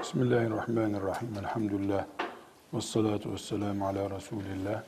Bismillahirrahmanirrahim. Elhamdülillah. Vessalatu vesselamu ala Resulillah.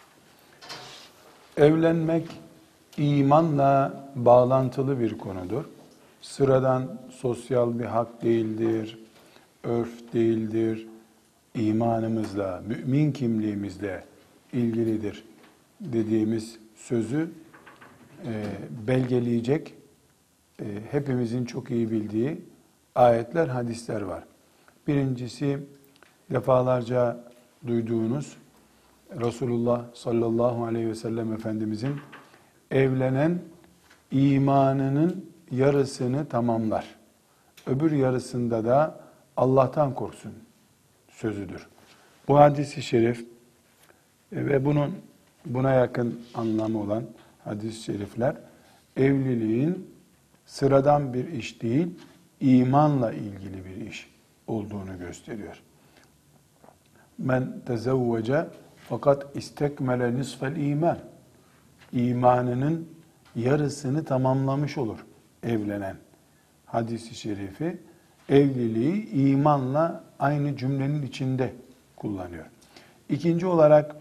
Evlenmek imanla bağlantılı bir konudur. Sıradan sosyal bir hak değildir, örf değildir. İmanımızla, mümin kimliğimizle ilgilidir dediğimiz sözü belgeleyecek hepimizin çok iyi bildiği ayetler, hadisler var. Birincisi, defalarca duyduğunuz Resulullah sallallahu aleyhi ve sellem Efendimizin evlenen imanının yarısını tamamlar, öbür yarısında da Allah'tan korksun sözüdür. Bu hadis-i şerif ve buna yakın anlamı olan hadis-i şerifler evliliğin sıradan bir iş değil, imanla ilgili bir iş olduğunu gösteriyor. Men tezevvece fakat istekmele nisfel iman. İmanının yarısını tamamlamış olur evlenen. Hadis-i şerifi evliliği imanla aynı cümlenin içinde kullanıyor. İkinci olarak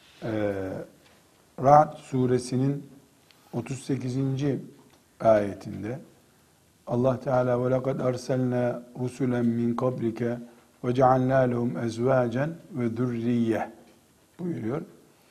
Ra'd suresinin 38. ayetinde Allah Teala ve lekad erselna rusulen min qablike ve cealna lehum ezvacen ve zurriye buyuruyor.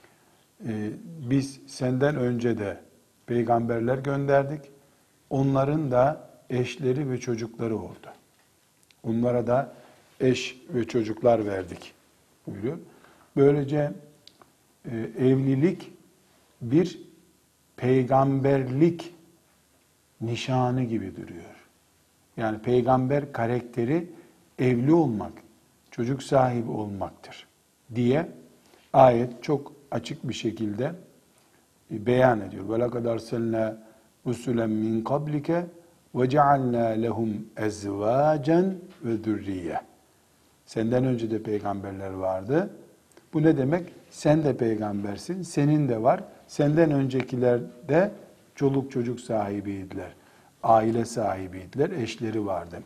Biz senden önce de peygamberler gönderdik. Onların da eşleri ve çocukları oldu. Onlara da eş ve çocuklar verdik buyuruyor. Böylece evlilik bir peygamberlik nişanı gibi duruyor. Yani peygamber karakteri evli olmak, çocuk sahibi olmaktır diye ayet çok açık bir şekilde beyan ediyor. وَلَقَدْ أَرْسَلْنَا رُسُلًا مِنْ قَبْلِكَ وَجَعَلْنَا لَهُمْ اَزْوَاجًا وَذُرِّيَّةً. Senden önce de peygamberler vardı. Bu ne demek? Sen de peygambersin, senin de var. Senden öncekiler de çoluk çocuk sahibiydiler. Aile sahibiydiler, eşleri vardı.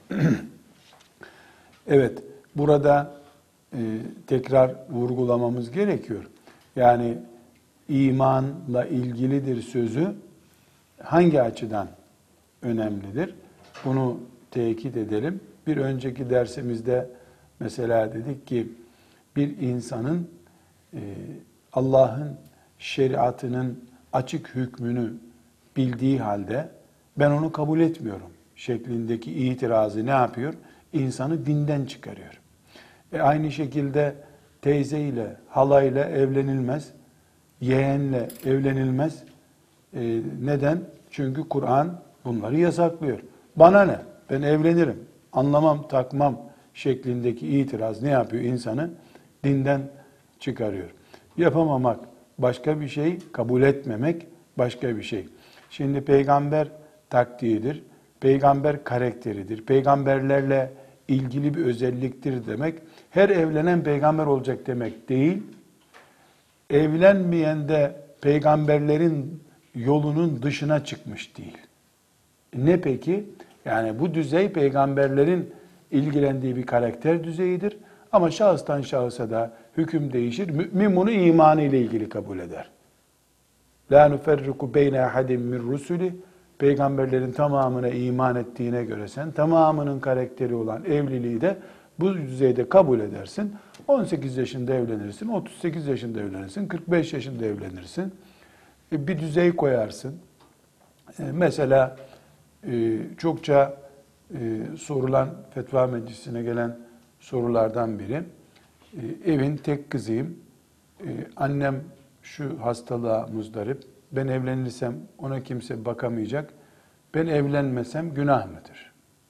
Evet, burada tekrar vurgulamamız gerekiyor. Yani imanla ilgilidir sözü hangi açıdan önemlidir? Bunu tekit edelim. Bir önceki dersimizde mesela dedik ki bir insanın Allah'ın şeriatının açık hükmünü bildiği halde ben onu kabul etmiyorum şeklindeki itirazı ne yapıyor? İnsanı dinden çıkarıyor. Aynı şekilde teyzeyle, halayla evlenilmez, yeğenle evlenilmez. Neden? Çünkü Kur'an bunları yasaklıyor. Bana ne? Ben evlenirim, anlamam, takmam şeklindeki itiraz ne yapıyor? İnsanı dinden çıkarıyor. Yapamamak başka bir şey, kabul etmemek başka bir şey. Şimdi peygamber taktiğidir, peygamber karakteridir, peygamberlerle ilgili bir özelliktir demek, her evlenen peygamber olacak demek değil, evlenmeyen de peygamberlerin yolunun dışına çıkmış değil. Ne peki? Yani bu düzey peygamberlerin ilgilendiği bir karakter düzeyidir. Ama şahıstan şahısa da hüküm değişir. Mümin bunu imanı ile ilgili kabul eder. La nuferriku beyne ahadin min rusuli. Peygamberlerin tamamına iman ettiğine göre sen tamamının karakteri olan evliliği de bu düzeyde kabul edersin. 18 yaşında evlenirsin, 38 yaşında evlenirsin, 45 yaşında evlenirsin. Bir düzey koyarsın. Mesela çokça sorulan, fetva meclisine gelen sorulardan biri, evin tek kızıyım, annem şu hastalığa muzdarip, ben evlenirsem ona kimse bakamayacak, ben evlenmesem günah mıdır?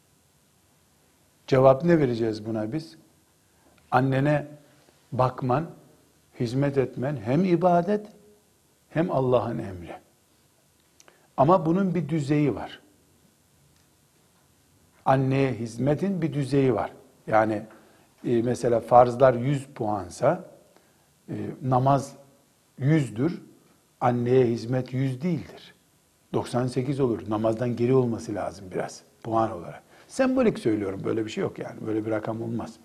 Cevap ne vereceğiz buna biz? Annene bakman, hizmet etmen hem ibadet hem Allah'ın emri. Ama bunun bir düzeyi var. Anneye hizmetin bir düzeyi var. Yani mesela farzlar 100 puansa namaz 100'dür. Anneye hizmet 100 değildir. 98 olur. Namazdan geri olması lazım biraz puan olarak. Sembolik söylüyorum, böyle bir şey yok yani. Böyle bir rakam olmaz.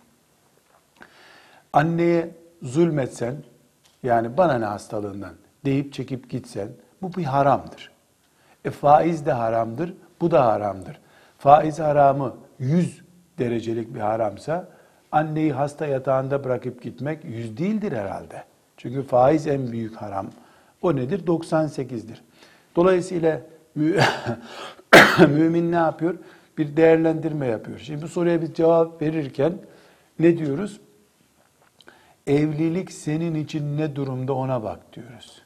Anneye zulmetsen, yani bana ne hastalığından deyip çekip gitsen, bu bir haramdır. Faiz de haramdır, bu da haramdır. Faiz haramı 100 derecelik bir haramsa, anneyi hasta yatağında bırakıp gitmek 100 değildir herhalde. Çünkü faiz en büyük haram. O nedir? 98'dir. Dolayısıyla mümin ne yapıyor? Bir değerlendirme yapıyor. Şimdi bu soruya bir cevap verirken ne diyoruz? Evlilik senin için ne durumda, ona bak diyoruz.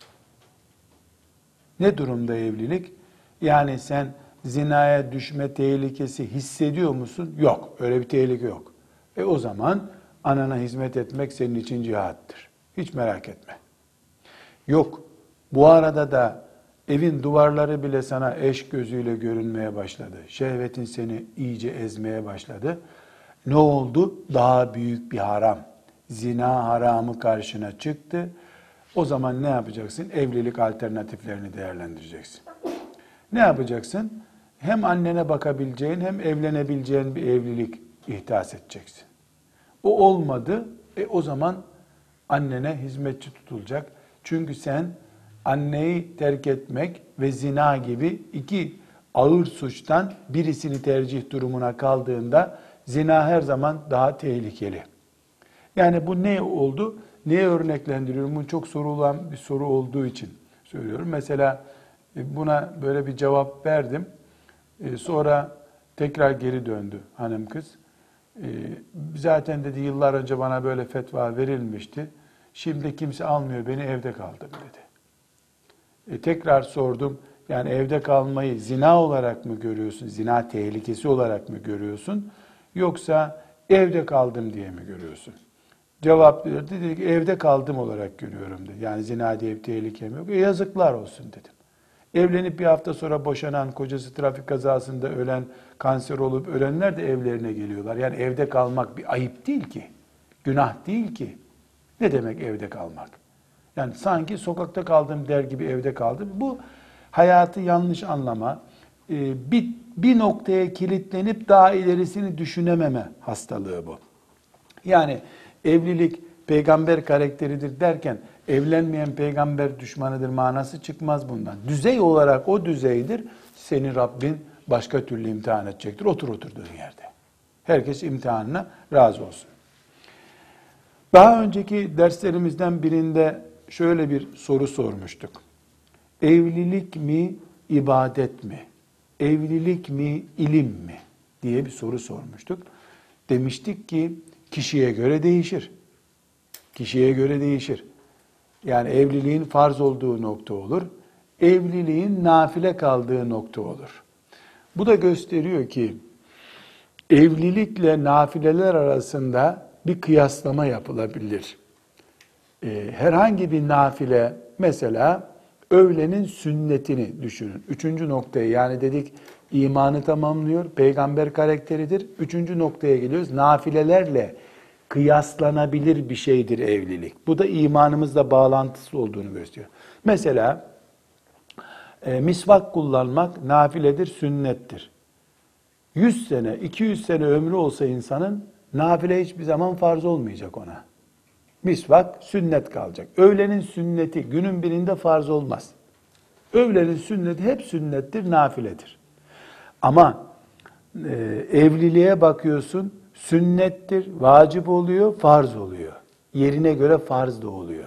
Ne durumda evlilik? Yani sen zinaya düşme tehlikesi hissediyor musun? Yok, öyle bir tehlike yok. O zaman anana hizmet etmek senin için cihattır. Hiç merak etme. Yok, bu arada da evin duvarları bile sana eş gözüyle görünmeye başladı. Şehvetin seni iyice ezmeye başladı. Ne oldu? Daha büyük bir haram. Zina haramı karşına çıktı. O zaman ne yapacaksın? Evlilik alternatiflerini değerlendireceksin. Ne yapacaksın? Hem annene bakabileceğin hem evlenebileceğin bir evlilik ihdas edeceksin. O olmadı. O zaman annene hizmetçi tutulacak. Çünkü sen anneyi terk etmek ve zina gibi iki ağır suçtan birisini tercih durumuna kaldığında zina her zaman daha tehlikeli. Yani bu ne oldu? Neye örneklendiriyorum? Bu çok sorulan bir soru olduğu için söylüyorum. Mesela buna böyle bir cevap verdim. Sonra tekrar geri döndü hanım kız. Zaten dedi yıllar önce bana böyle fetva verilmişti. Şimdi kimse almıyor, beni, evde kaldım dedi. Tekrar sordum. Yani evde kalmayı zina olarak mı görüyorsun? Zina tehlikesi olarak mı görüyorsun? Yoksa evde kaldım diye mi görüyorsun? Cevap verdi. Dedi ki evde kaldım olarak görüyorum dedi. Yani zina diye bir tehlikem yok. Yazıklar olsun dedim. Evlenip bir hafta sonra boşanan, kocası trafik kazasında ölen, kanser olup ölenler de evlerine geliyorlar. Yani evde kalmak bir ayıp değil ki. Günah değil ki. Ne demek evde kalmak? Yani sanki sokakta kaldım der gibi evde kaldım. Bu hayatı yanlış anlama, bir noktaya kilitlenip daha ilerisini düşünememe hastalığı bu. Yani evlilik peygamber karakteridir derken evlenmeyen peygamber düşmanıdır manası çıkmaz bundan. Düzey olarak o düzeydir. Seni Rabbin başka türlü imtihan edecektir. Otur oturduğun yerde. Herkes imtihanına razı olsun. Daha önceki derslerimizden birinde şöyle bir soru sormuştuk. Evlilik mi, ibadet mi? Evlilik mi, ilim mi? Diye bir soru sormuştuk. Demiştik ki kişiye göre değişir. Kişiye göre değişir. Yani evliliğin farz olduğu nokta olur. Evliliğin nafile kaldığı nokta olur. Bu da gösteriyor ki evlilikle nafileler arasında bir kıyaslama yapılabilir. Herhangi bir nafile, mesela öğlenin sünnetini düşünün. Üçüncü noktaya, yani dedik imanı tamamlıyor, peygamber karakteridir. Üçüncü noktaya geliyoruz. Nafilelerle kıyaslanabilir bir şeydir evlilik. Bu da imanımızla bağlantısı olduğunu gösteriyor. Mesela misvak kullanmak nafiledir, sünnettir. 100 sene, 200 sene ömrü olsa insanın nafile hiçbir zaman farz olmayacak ona. Misvak sünnet kalacak. Öğlenin sünneti günün birinde farz olmaz. Öğlenin sünneti hep sünnettir, nafiledir. Ama evliliğe bakıyorsun, sünnettir, vacip oluyor, farz oluyor. Yerine göre farz da oluyor.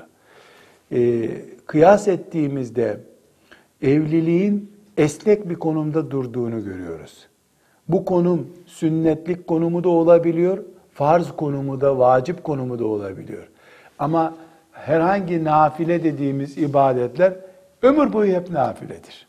Kıyas ettiğimizde evliliğin esnek bir konumda durduğunu görüyoruz. Bu konum sünnetlik konumu da olabiliyor, farz konumu da, vacip konumu da olabiliyor. Ama herhangi nafile dediğimiz ibadetler ömür boyu hep nafiledir.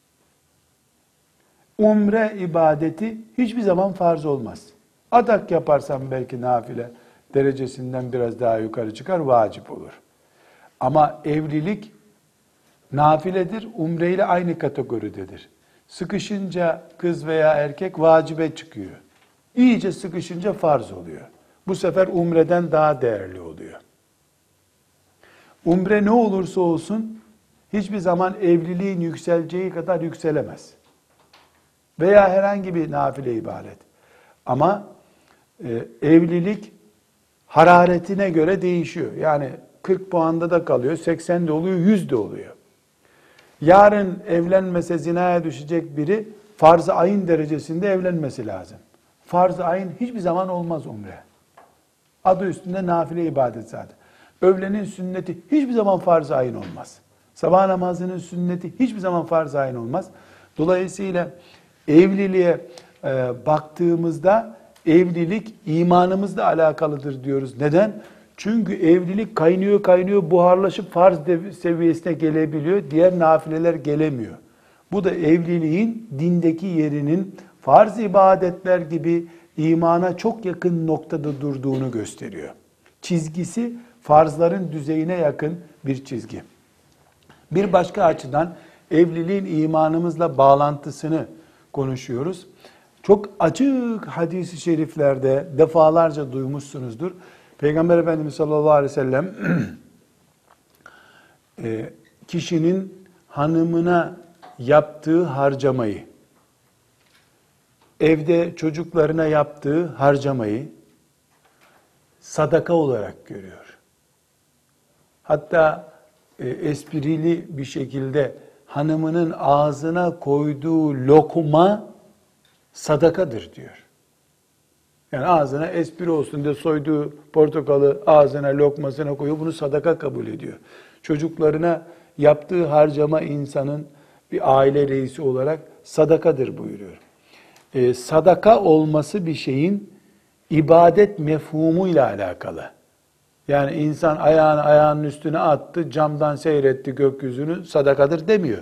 Umre ibadeti hiçbir zaman farz olmaz. Adak yaparsan belki nafile derecesinden biraz daha yukarı çıkar, vacip olur. Ama evlilik nafiledir, umre ile aynı kategoridedir. Sıkışınca kız veya erkek vacibe çıkıyor. İyice sıkışınca farz oluyor. Bu sefer umreden daha değerli oluyor. Umre ne olursa olsun hiçbir zaman evliliğin yükseleceği kadar yükselemez. Veya herhangi bir nafile ibadet. Ama evlilik hararetine göre değişiyor. Yani 40 puanda da kalıyor, 80 de oluyor, 100 de oluyor. Yarın evlenmese zinaya düşecek biri farz-ı ayın derecesinde evlenmesi lazım. Farz-ı ayın hiçbir zaman olmaz umre. Adı üstünde nafile ibadet zaten. Öğlenin sünneti hiçbir zaman farz-ı ayın olmaz. Sabah namazının sünneti hiçbir zaman farz-ı ayın olmaz. Dolayısıyla evliliğe baktığımızda evlilik imanımızla alakalıdır diyoruz. Neden? Çünkü evlilik kaynıyor kaynıyor buharlaşıp farz seviyesine gelebiliyor. Diğer nafileler gelemiyor. Bu da evliliğin dindeki yerinin farz ibadetler gibi imana çok yakın noktada durduğunu gösteriyor. Çizgisi farzların düzeyine yakın bir çizgi. Bir başka açıdan evliliğin imanımızla bağlantısını konuşuyoruz. Çok açık hadis-i şeriflerde defalarca duymuşsunuzdur. Peygamber Efendimiz sallallahu aleyhi ve sellem kişinin hanımına yaptığı harcamayı, evde çocuklarına yaptığı harcamayı sadaka olarak görüyor. Hatta esprili bir şekilde hanımının ağzına koyduğu lokma sadakadır diyor. Yani ağzına espri olsun diye soyduğu portakalı ağzına lokmasına koyuyor. Bunu sadaka kabul ediyor. Çocuklarına yaptığı harcama insanın bir aile reisi olarak sadakadır buyuruyor. Sadaka olması bir şeyin ibadet mefhumuyla alakalı. Yani insan ayağını ayağının üstüne attı, camdan seyretti gökyüzünü, sadakadır demiyor.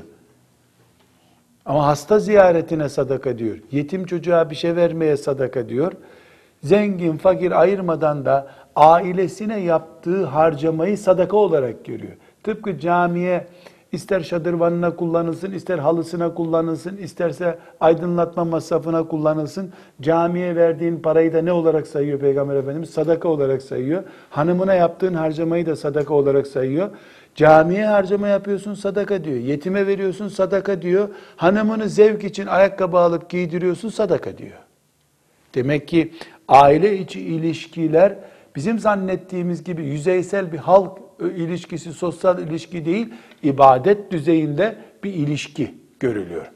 Ama hasta ziyaretine sadaka diyor. Yetim çocuğa bir şey vermeye sadaka diyor. Zengin, fakir ayırmadan da ailesine yaptığı harcamayı sadaka olarak görüyor. Tıpkı camiye ister şadırvanına kullanılsın, ister halısına kullanılsın, isterse aydınlatma masrafına kullanılsın. Camiye verdiğin parayı da ne olarak sayıyor Peygamber Efendimiz? Sadaka olarak sayıyor. Hanımına yaptığın harcamayı da sadaka olarak sayıyor. Camiye harcama yapıyorsun, sadaka diyor. Yetime veriyorsun, sadaka diyor. Hanımını zevk için ayakkabı alıp giydiriyorsun, sadaka diyor. Demek ki aile içi ilişkiler bizim zannettiğimiz gibi yüzeysel bir halk ilişkisi, sosyal ilişki değil, ibadet düzeyinde bir ilişki görülüyor.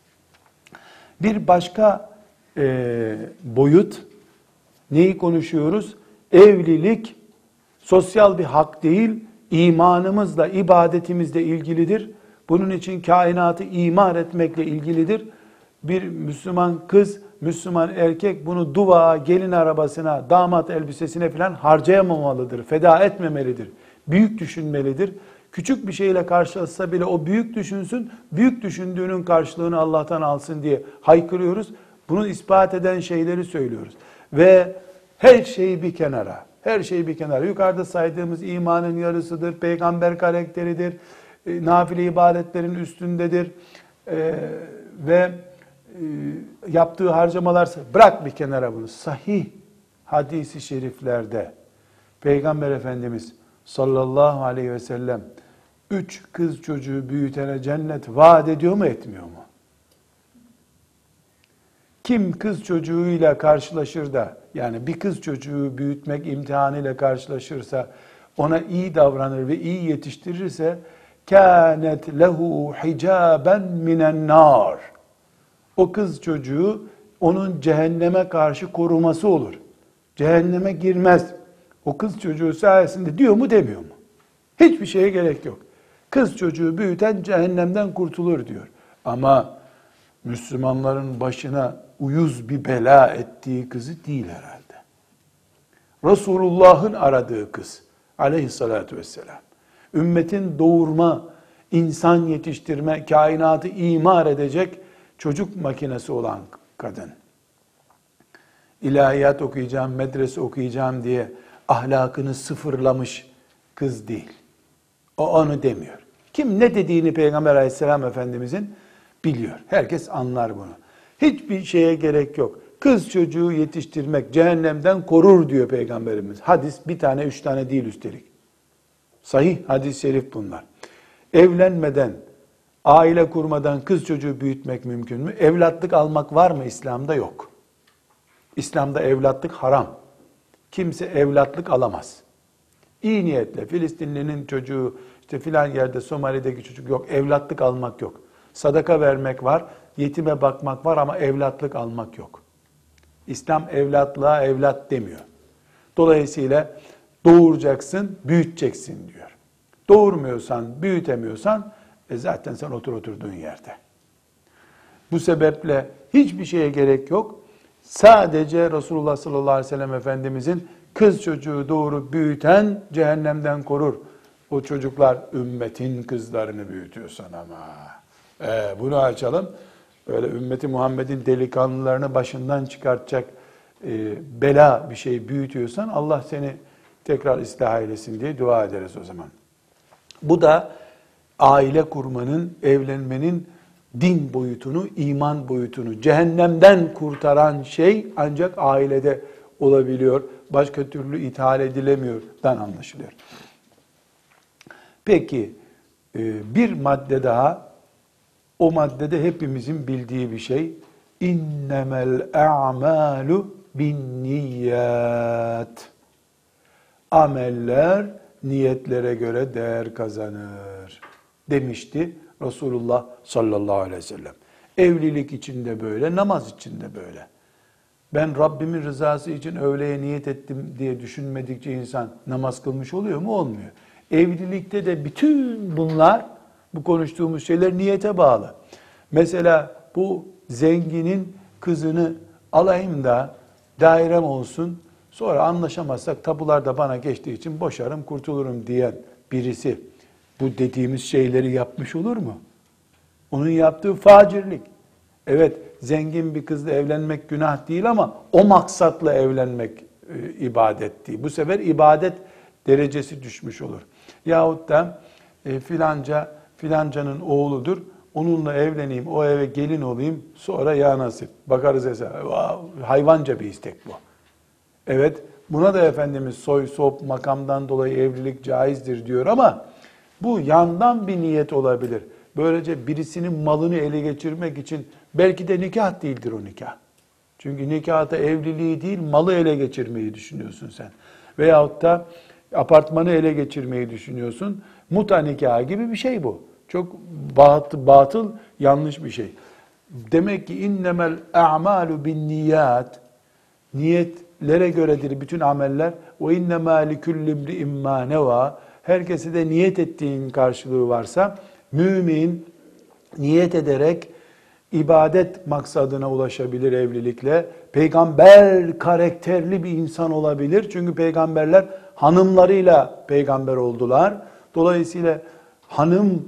Bir başka boyut, neyi konuşuyoruz? Evlilik sosyal bir hak değil, imanımızla, ibadetimizle ilgilidir. Bunun için kainatı imar etmekle ilgilidir. Bir Müslüman kız, Müslüman erkek bunu dua, gelin arabasına, damat elbisesine falan harcayamamalıdır, feda etmemelidir. Büyük düşünmelidir. Küçük bir şeyle karşılaşsa bile o büyük düşünsün, büyük düşündüğünün karşılığını Allah'tan alsın diye haykırıyoruz. Bunu ispat eden şeyleri söylüyoruz. Ve her şeyi bir kenara, her şeyi bir kenara. Yukarıda saydığımız imanın yarısıdır, peygamber karakteridir, nafile ibadetlerin üstündedir ve yaptığı harcamalar, bırak bir kenara bunu. Sahih hadisi şeriflerde Peygamber Efendimiz sallallahu aleyhi ve sellem 3 kız çocuğu büyütene cennet vaat ediyor mu, etmiyor mu? Kim kız çocuğuyla karşılaşır da, yani bir kız çocuğu büyütmek imtihanıyla karşılaşırsa, ona iyi davranır ve iyi yetiştirirse kânet lehu hicaben minen nar. O kız çocuğu onun cehenneme karşı koruması olur. Cehenneme girmez. O kız çocuğu sayesinde diyor mu, demiyor mu? Hiçbir şeye gerek yok. Kız çocuğu büyüten cehennemden kurtulur diyor. Ama Müslümanların başına uyuz bir bela ettiği kızı değil herhalde. Resulullah'ın aradığı kız aleyhissalatü vesselam. Ümmetin doğurma, insan yetiştirme, kainatı imar edecek çocuk makinesi olan kadın. İlahiyat okuyacağım, medrese okuyacağım diye ahlakını sıfırlamış kız değil. O onu demiyor. Kim ne dediğini Peygamber Aleyhisselam Efendimizin biliyor. Herkes anlar bunu. Hiçbir şeye gerek yok. Kız çocuğu yetiştirmek cehennemden korur diyor Peygamberimiz. Hadis bir tane, 3 tane değil üstelik. Sahih hadis-i şerif bunlar. Evlenmeden, aile kurmadan kız çocuğu büyütmek mümkün mü? Evlatlık almak var mı İslam'da? Yok. İslam'da evlatlık haram. Kimse evlatlık alamaz. İyi niyetle Filistinlinin çocuğu, işte filan yerde Somali'deki çocuk yok, evlatlık almak yok. Sadaka vermek var, yetime bakmak var ama evlatlık almak yok. İslam evlatlığa evlat demiyor. Dolayısıyla doğuracaksın, büyüteceksin diyor. Doğurmuyorsan, büyütemiyorsan zaten sen oturduğun yerde. Bu sebeple hiçbir şeye gerek yok. Sadece Resulullah sallallahu aleyhi ve sellem Efendimizin kız çocuğu doğurup büyüten cehennemden korur. O çocuklar ümmetin kızlarını büyütüyorsan ama. Bunu açalım. Öyle ümmeti Muhammed'in delikanlılarını başından çıkartacak bela bir şey büyütüyorsan Allah seni tekrar ıslah eylesin diye dua ederiz o zaman. Bu da aile kurmanın, evlenmenin din boyutunu, iman boyutunu, cehennemden kurtaran şey ancak ailede olabiliyor. Başka türlü ithal edilemiyordan anlaşılıyor. Peki bir madde daha, o maddede hepimizin bildiği bir şey. İnnemel a'malu binniyat. Ameller niyetlere göre değer kazanır demişti Resulullah sallallahu aleyhi ve sellem. Evlilik için de böyle, namaz için de böyle. Ben Rabbimin rızası için öğleye niyet ettim diye düşünmedikçe insan namaz kılmış oluyor mu? Olmuyor. Evlilikte de bütün bunlar, bu konuştuğumuz şeyler niyete bağlı. Mesela bu zenginin kızını alayım da dairem olsun, sonra anlaşamazsak tapular da bana geçtiği için boşarım, kurtulurum diyen birisi bu dediğimiz şeyleri yapmış olur mu? Onun yaptığı facirlik. Evet, zengin bir kızla evlenmek günah değil ama o maksatla evlenmek ibadet değil. Bu sefer ibadet derecesi düşmüş olur. Yahut da filancanın oğludur, onunla evleneyim, o eve gelin olayım, sonra ya nasip. Bakarız hesaba. Hayvanca bir istek bu. Evet, buna da Efendimiz soy, sop, makamdan dolayı evlilik caizdir diyor ama bu yandan bir niyet olabilir. Böylece birisinin malını ele geçirmek için belki de nikah değildir o nikah. Çünkü nikahta evliliği değil, malı ele geçirmeyi düşünüyorsun sen. Veyahut da apartmanı ele geçirmeyi düşünüyorsun. Muta nikahı gibi bir şey bu. Çok batıl, yanlış bir şey. Demek ki innemel a'malu bin niyat, niyetlere göredir bütün ameller. Ve innemâ likulli imri'in mâ nevâ, herkese de niyet ettiğin karşılığı varsa, mümin niyet ederek ibadet maksadına ulaşabilir evlilikle. Peygamber karakterli bir insan olabilir. Çünkü peygamberler hanımlarıyla peygamber oldular. Dolayısıyla hanım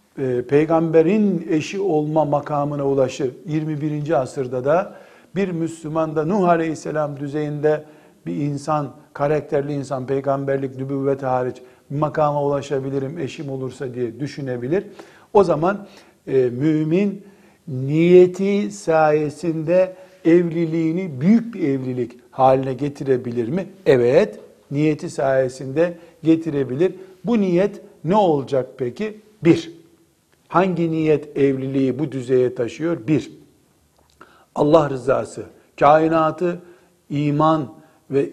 peygamberin eşi olma makamına ulaşır. 21. asırda da bir Müslüman da Nuh Aleyhisselam düzeyinde bir insan, karakterli insan, peygamberlik, nübüvvet hariç bir makama ulaşabilirim eşim olursa diye düşünebilir. O zaman mümin niyeti sayesinde evliliğini büyük bir evlilik haline getirebilir mi? Evet, niyeti sayesinde getirebilir. Bu niyet ne olacak peki? Bir, hangi niyet evliliği bu düzeye taşıyor? Bir, Allah rızası, kainatı iman ve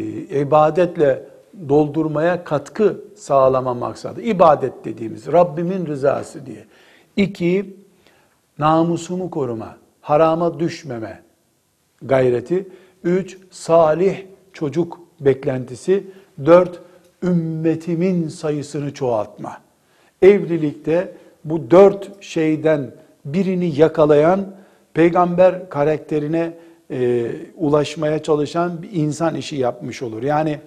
ibadetle doldurmaya katkı sağlama maksadı. İbadet dediğimiz Rabbimin rızası diye. İki, namusumu koruma, harama düşmeme gayreti. Üç, salih çocuk beklentisi. Dört, ümmetimin sayısını çoğaltma. Evlilikte bu dört şeyden birini yakalayan, peygamber karakterine ulaşmaya çalışan bir insan işi yapmış olur. Yani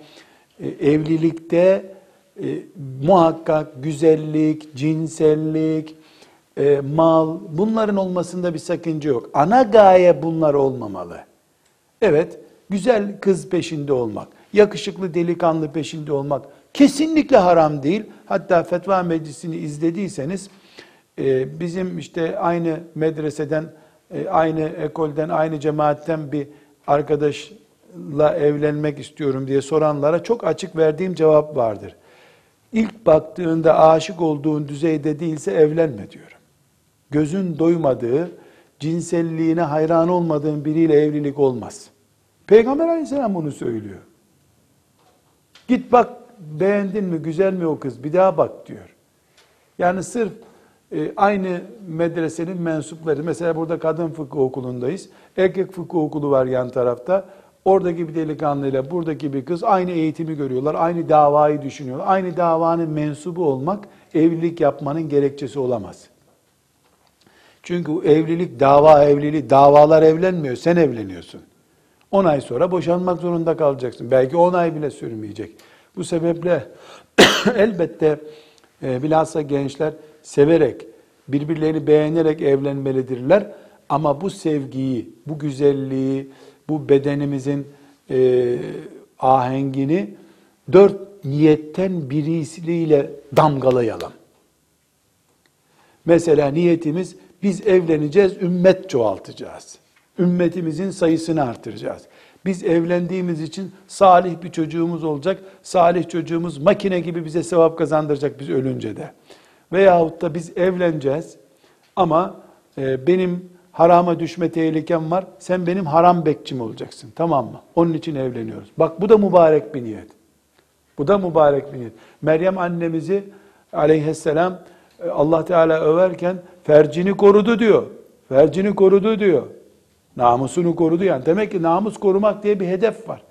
evlilikte muhakkak güzellik, cinsellik, mal, bunların olmasında bir sakınca yok. Ana gaye bunlar olmamalı. Evet, güzel kız peşinde olmak, yakışıklı delikanlı peşinde olmak kesinlikle haram değil. Hatta fetva meclisini izlediyseniz bizim işte aynı medreseden, aynı ekolden, aynı cemaatten bir arkadaşla evlenmek istiyorum diye soranlara çok açık verdiğim cevap vardır. İlk baktığında aşık olduğun düzeyde değilse evlenme diyorum. Gözün doymadığı, cinselliğine hayran olmadığın biriyle evlilik olmaz. Peygamber Aleyhisselam bunu söylüyor. Git bak, beğendin mi, güzel mi o kız, bir daha bak diyor. Yani sırf aynı medresenin mensupları, mesela burada kadın fıkıh okulundayız, erkek fıkıh okulu var yan tarafta, oradaki bir delikanlıyla buradaki bir kız aynı eğitimi görüyorlar, aynı davayı düşünüyorlar. Aynı davanın mensubu olmak evlilik yapmanın gerekçesi olamaz. Çünkü evlilik dava evliliği, davalar evlenmiyor, sen evleniyorsun. 10 ay sonra boşanmak zorunda kalacaksın. Belki 10 ay bile sürmeyecek. Bu sebeple elbette bilhassa gençler severek, birbirlerini beğenerek evlenmelidirler. Ama bu sevgiyi, bu güzelliği, bu bedenimizin ahengini 4 niyetten birisiyle damgalayalım. Mesela niyetimiz, biz evleneceğiz, ümmet çoğaltacağız. Ümmetimizin sayısını artıracağız. Biz evlendiğimiz için salih bir çocuğumuz olacak. Salih çocuğumuz makine gibi bize sevap kazandıracak biz ölünce de. Veyahut da biz evleneceğiz ama benim harama düşme tehlikem var. Sen benim haram bekçim olacaksın. Tamam mı? Onun için evleniyoruz. Bak, bu da mübarek bir niyet. Bu da mübarek bir niyet. Meryem annemizi aleyhisselam Allah Teala överken fercini korudu diyor. Fercini korudu diyor. Namusunu korudu yani. Demek ki namus korumak diye bir hedef var.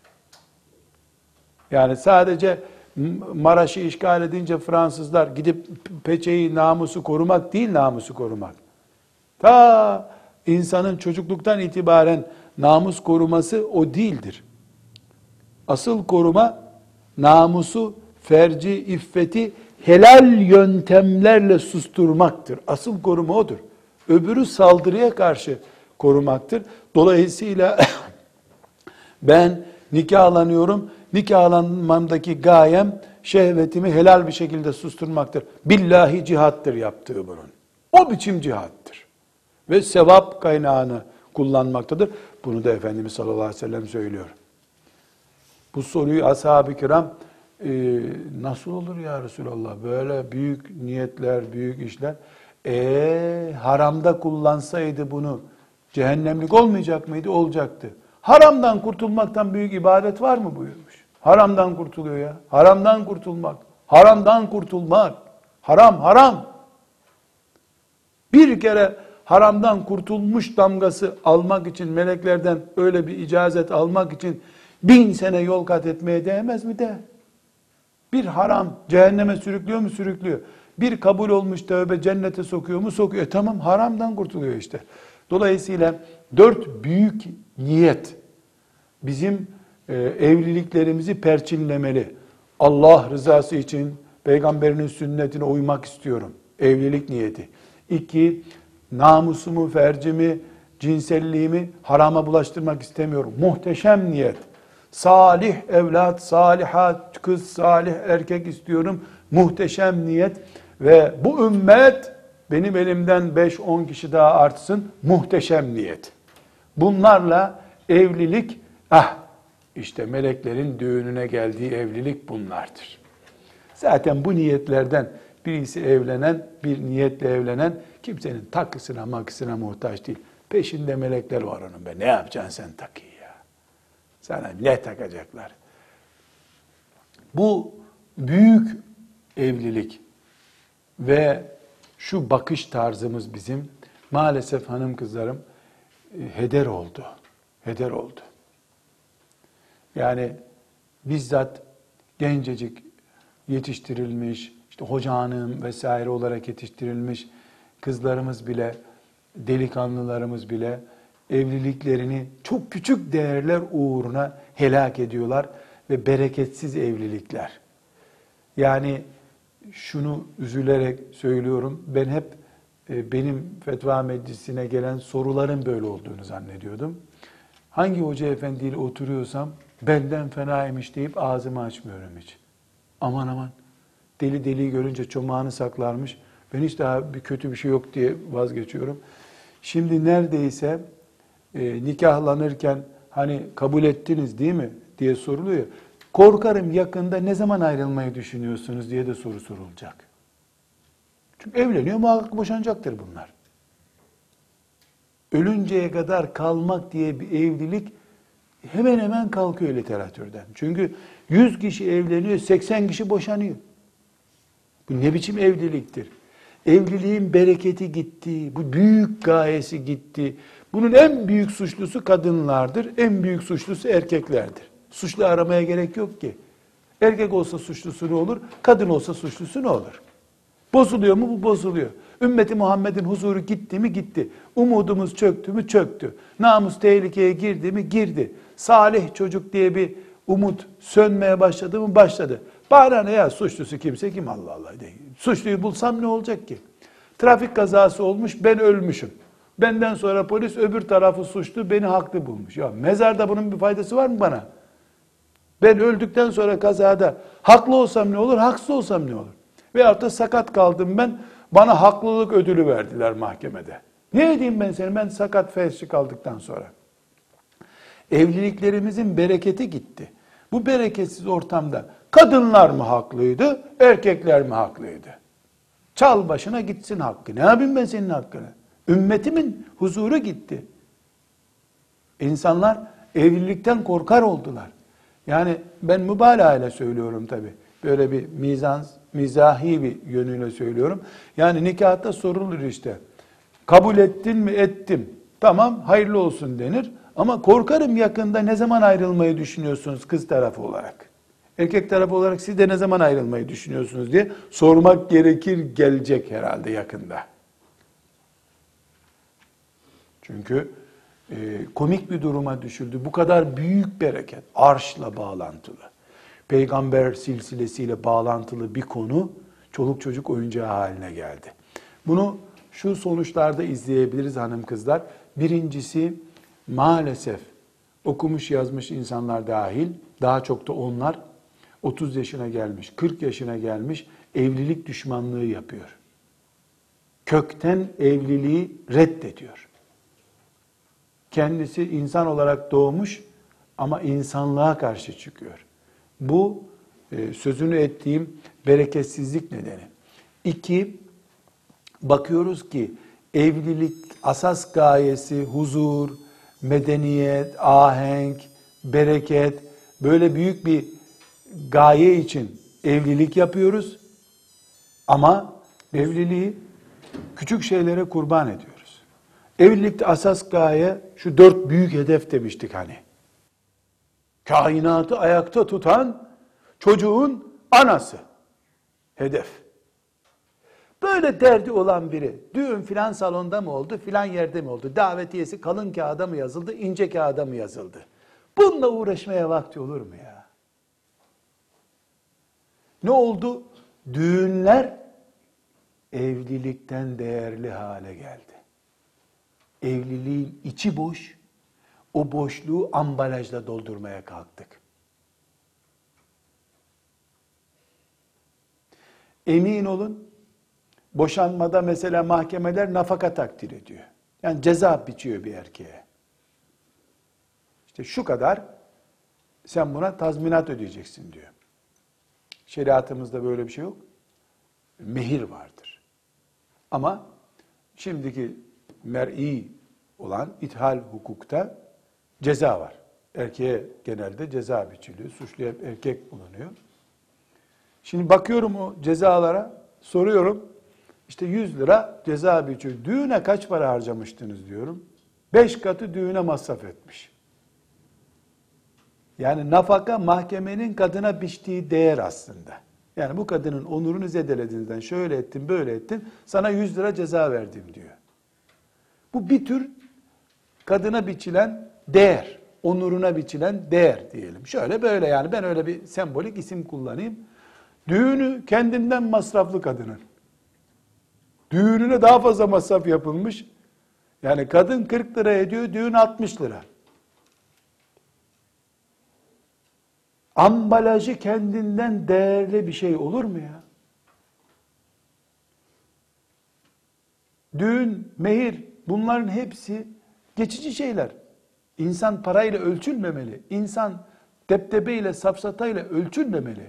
Yani sadece Maraş'ı işgal edince Fransızlar gidip peçeyi, namusu korumak değil, namusu korumak. Ta insanın çocukluktan itibaren namus koruması o değildir. Asıl koruma namusu, ferci, iffeti helal yöntemlerle susturmaktır. Asıl koruma odur. Öbürü saldırıya karşı korumaktır. Dolayısıyla ben nikahlanıyorum. Nikahlanmamdaki gayem şehvetimi helal bir şekilde susturmaktır. Billahi cihattır yaptığı bunun. O biçim cihattır. Ve sevap kaynağını kullanmaktadır. Bunu da Efendimiz sallallahu aleyhi ve sellem söylüyor. Bu soruyu ashab-ı kiram nasıl olur ya Resulallah? Böyle büyük niyetler, büyük işler. Haramda kullansaydı bunu cehennemlik olmayacak mıydı? Olacaktı. Haramdan kurtulmaktan büyük ibadet var mı buyurmuş. Haramdan kurtuluyor ya. Haramdan kurtulmak. Haramdan kurtulmak. Haram, haram. Bir kere haramdan kurtulmuş damgası almak için, meleklerden öyle bir icazet almak için 1000 sene yol kat etmeye değmez mi de? Bir haram cehenneme sürüklüyor mu? Sürüklüyor. Bir kabul olmuş tövbe cennete sokuyor mu? Sokuyor. Tamam, haramdan kurtuluyor işte. Dolayısıyla 4 büyük niyet bizim evliliklerimizi perçinlemeli. Allah rızası için peygamberinin sünnetine uymak istiyorum. Evlilik niyeti. 2, namusumu, fercimi, cinselliğimi harama bulaştırmak istemiyorum. Muhteşem niyet. Salih evlat, salihat kız, salih erkek istiyorum. Muhteşem niyet. Ve bu ümmet benim elimden 5-10 kişi daha artsın. Muhteşem niyet. Bunlarla evlilik, işte meleklerin düğününe geldiği evlilik bunlardır. Zaten bu niyetlerden birisi evlenen, bir niyetle evlenen kimsenin takısına makısına muhtaç değil. Peşinde melekler var onun be. Ne yapacaksın sen takıyı ya? Sana ne takacaklar? Bu büyük evlilik ve şu bakış tarzımız bizim maalesef hanım kızlarım heder oldu. Heder oldu. Yani bizzat gencecik yetiştirilmiş, işte hoca hanım vesaire olarak yetiştirilmiş kızlarımız bile, delikanlılarımız bile evliliklerini çok küçük değerler uğruna helak ediyorlar ve bereketsiz evlilikler. Yani şunu üzülerek söylüyorum, ben hep benim fetva meclisine gelen soruların böyle olduğunu zannediyordum. Hangi hoca efendiyle oturuyorsam benden fenaymış deyip ağzımı açmıyorum hiç. Aman aman, deli deliyi görünce çomağını saklarmış. Ben hiç daha bir kötü bir şey yok diye vazgeçiyorum. Şimdi neredeyse nikahlanırken hani kabul ettiniz değil mi diye soruluyor. Korkarım yakında ne zaman ayrılmayı düşünüyorsunuz diye de soru sorulacak. Çünkü evleniyor, muhakkak boşanacaktır bunlar. Ölünceye kadar kalmak diye bir evlilik hemen hemen kalkıyor literatürden. Çünkü 100 kişi evleniyor, 80 kişi boşanıyor. Bu ne biçim evliliktir? Evliliğin bereketi gitti, bu büyük gayesi gitti. Bunun en büyük suçlusu kadınlardır, en büyük suçlusu erkeklerdir. Suçlu aramaya gerek yok ki. Erkek olsa suçlusu ne olur, kadın olsa suçlusu ne olur? Bozuluyor mu? Bu bozuluyor. Ümmeti Muhammed'in huzuru gitti mi? Gitti. Umudumuz çöktü mü? Çöktü. Namus tehlikeye girdi mi? Girdi. Salih çocuk diye bir umut sönmeye başladı mı? Başladı. Bana ne ya, suçlusu kimse kim, Allah Allah değil. Suçluyu bulsam ne olacak ki? Trafik kazası olmuş, ben ölmüşüm. Benden sonra polis öbür tarafı suçlu, beni haklı bulmuş. Ya mezarda bunun bir faydası var mı bana? Ben öldükten sonra kazada haklı olsam ne olur, haksız olsam ne olur? Veyahut da sakat kaldım ben, bana haklılık ödülü verdiler mahkemede. Ne edeyim ben seni, ben sakat felçli kaldıktan sonra? Evliliklerimizin bereketi gitti. Bu bereketsiz ortamda kadınlar mı haklıydı, erkekler mi haklıydı? Çal başına gitsin hakkı. Ne yapayım ben senin hakkını? Ümmetimin huzuru gitti. İnsanlar evlilikten korkar oldular. Yani ben mübalağa ile söylüyorum tabii. Böyle bir mizahi bir yönüyle söylüyorum. Yani nikahta sorulur işte. Kabul ettin mi? Ettim. Tamam, hayırlı olsun denir. Ama korkarım yakında ne zaman ayrılmayı düşünüyorsunuz kız tarafı olarak? Erkek tarafı olarak siz de ne zaman ayrılmayı düşünüyorsunuz diye sormak gerekir, gelecek herhalde yakında. Çünkü komik bir duruma düşüldü. Bu kadar büyük bereket, arşla bağlantılı, peygamber silsilesiyle bağlantılı bir konu çoluk çocuk oyuncağı haline geldi. Bunu şu sonuçlarda izleyebiliriz hanım kızlar. Birincisi, maalesef okumuş yazmış insanlar dahil, daha çok da onlar 30 yaşına gelmiş, 40 yaşına gelmiş evlilik düşmanlığı yapıyor. Kökten evliliği reddediyor. Kendisi insan olarak doğmuş ama insanlığa karşı çıkıyor. Bu sözünü ettiğim bereketsizlik nedeni. 2, bakıyoruz ki evlilik asas gayesi huzur, medeniyet, ahenk, bereket, böyle büyük bir gaye için evlilik yapıyoruz. Ama evliliği küçük şeylere kurban ediyoruz. Evlilikte asas gaye şu 4 büyük hedef demiştik hani. Kainatı ayakta tutan çocuğun anası. Hedef. Böyle derdi olan biri, düğün filan salonda mı oldu, filan yerde mi oldu, davetiyesi kalın kağıda mı yazıldı, ince kağıda mı yazıldı? Bununla uğraşmaya vakti olur mu ya? Ne oldu? Düğünler evlilikten değerli hale geldi. Evliliğin içi boş, o boşluğu ambalajla doldurmaya kalktık. Emin olun, boşanmada mesela mahkemeler nafaka takdir ediyor. Yani ceza biçiyor bir erkeğe. İşte şu kadar sen buna tazminat ödeyeceksin diyor. Şeriatımızda böyle bir şey yok. Mehir vardır. Ama şimdiki mer'i olan ithal hukukta ceza var. Erkeğe genelde ceza biçiliyor. Suçlu hep erkek bulunuyor. Şimdi bakıyorum o cezalara, soruyorum. İşte 100 lira ceza biçiyor. Düğüne kaç para harcamıştınız diyorum. 5 katı düğüne masraf etmiş. Yani nafaka mahkemenin kadına biçtiği değer aslında. Yani bu kadının onurunu zedelediğinden şöyle ettin, böyle ettin, sana 100 lira ceza verdim diyor. Bu bir tür kadına biçilen değer, onuruna biçilen değer diyelim. Şöyle böyle, yani ben öyle bir sembolik isim kullanayım. Düğünü kendinden masraflı kadının. Düğününe daha fazla masraf yapılmış. Yani kadın 40 lira ediyor, düğün 60 lira. Ambalajı kendinden değerli bir şey olur mu ya? Düğün, mehir, bunların hepsi geçici şeyler. İnsan parayla ölçülmemeli. İnsan deptebeyle, safsatayla ölçülmemeli.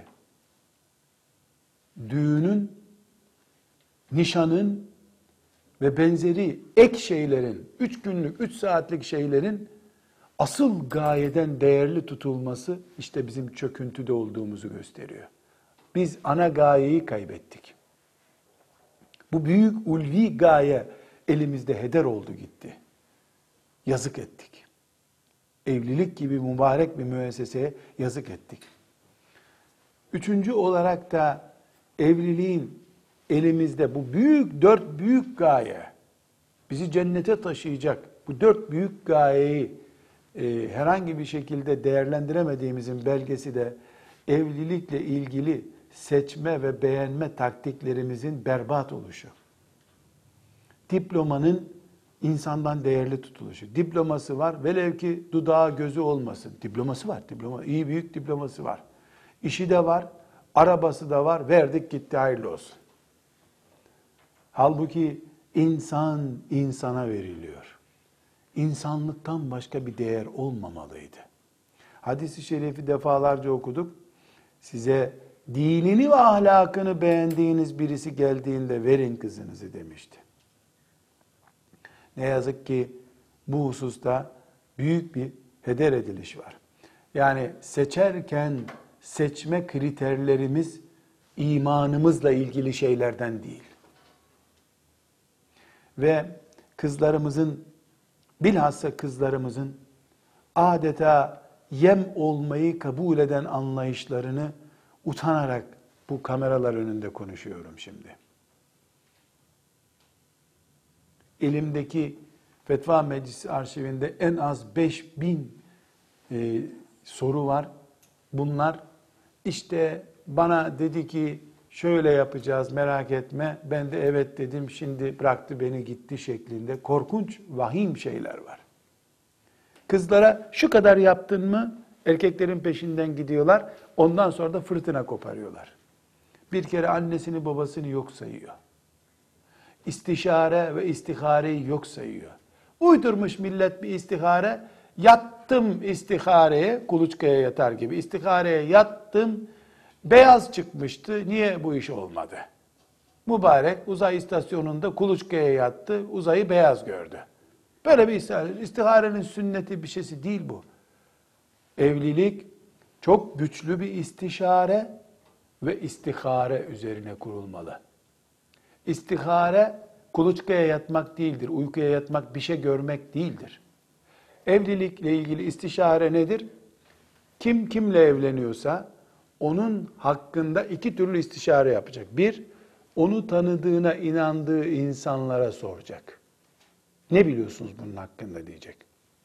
Düğünün, nişanın ve benzeri ek şeylerin, 3 günlük, 3 saatlik şeylerin asıl gayeden değerli tutulması işte bizim çöküntüde olduğumuzu gösteriyor. Biz ana gayeyi kaybettik. Bu büyük ulvi gaye elimizde heder oldu gitti. Yazık ettik. Evlilik gibi mübarek bir müesseseye yazık ettik. Üçüncü olarak da evliliğin elimizde bu dört büyük gaye, bizi cennete taşıyacak bu dört büyük gayeyi herhangi bir şekilde değerlendiremediğimizin belgesi de evlilikle ilgili seçme ve beğenme taktiklerimizin berbat oluşu. Diplomanın insandan değerli tutuluşu. Diploması var, velev ki dudağı gözü olmasın. Diploması var, iyi büyük diploması var. İşi de var, arabası da var, verdik gitti hayırlı olsun. Halbuki insan insana veriliyor. İnsanlıktan başka bir değer olmamalıydı. Hadis-i şerifi defalarca okuduk. Size dinini ve ahlakını beğendiğiniz birisi geldiğinde verin kızınızı demişti. Ne yazık ki bu hususta büyük bir heder ediliş var. Yani seçerken seçme kriterlerimiz imanımızla ilgili şeylerden değil. Ve kızlarımızın, bilhassa kızlarımızın adeta yem olmayı kabul eden anlayışlarını utanarak bu kameralar önünde konuşuyorum şimdi. Elimdeki Fetva Meclisi arşivinde en az 5000 soru var. Bunlar işte bana dedi ki şöyle yapacağız merak etme. Ben de evet dedim şimdi bıraktı beni gitti şeklinde korkunç vahim şeyler var. Kızlara şu kadar yaptın mı erkeklerin peşinden gidiyorlar. Ondan sonra da fırtına koparıyorlar. Bir kere annesini babasını yok sayıyor. İstişare ve istihareyi yok sayıyor. Uydurmuş millet bir istihare. Yattım istihareye, kuluçkaya yatar gibi. İstihareye yattım, beyaz çıkmıştı. Niye bu iş olmadı? Mübarek uzay istasyonunda kuluçkaya yattı, uzayı beyaz gördü. Böyle bir istihare. İstiharenin sünneti bir şeysi değil bu. Evlilik çok güçlü bir istişare ve istihare üzerine kurulmalı. İstihare kuluçkaya yatmak değildir, uykuya yatmak, bir şey görmek değildir. Evlilikle ilgili istişare nedir? Kim kimle evleniyorsa onun hakkında iki türlü istişare yapacak. Bir, onu tanıdığına inandığı insanlara soracak. Ne biliyorsunuz bunun hakkında diyecek.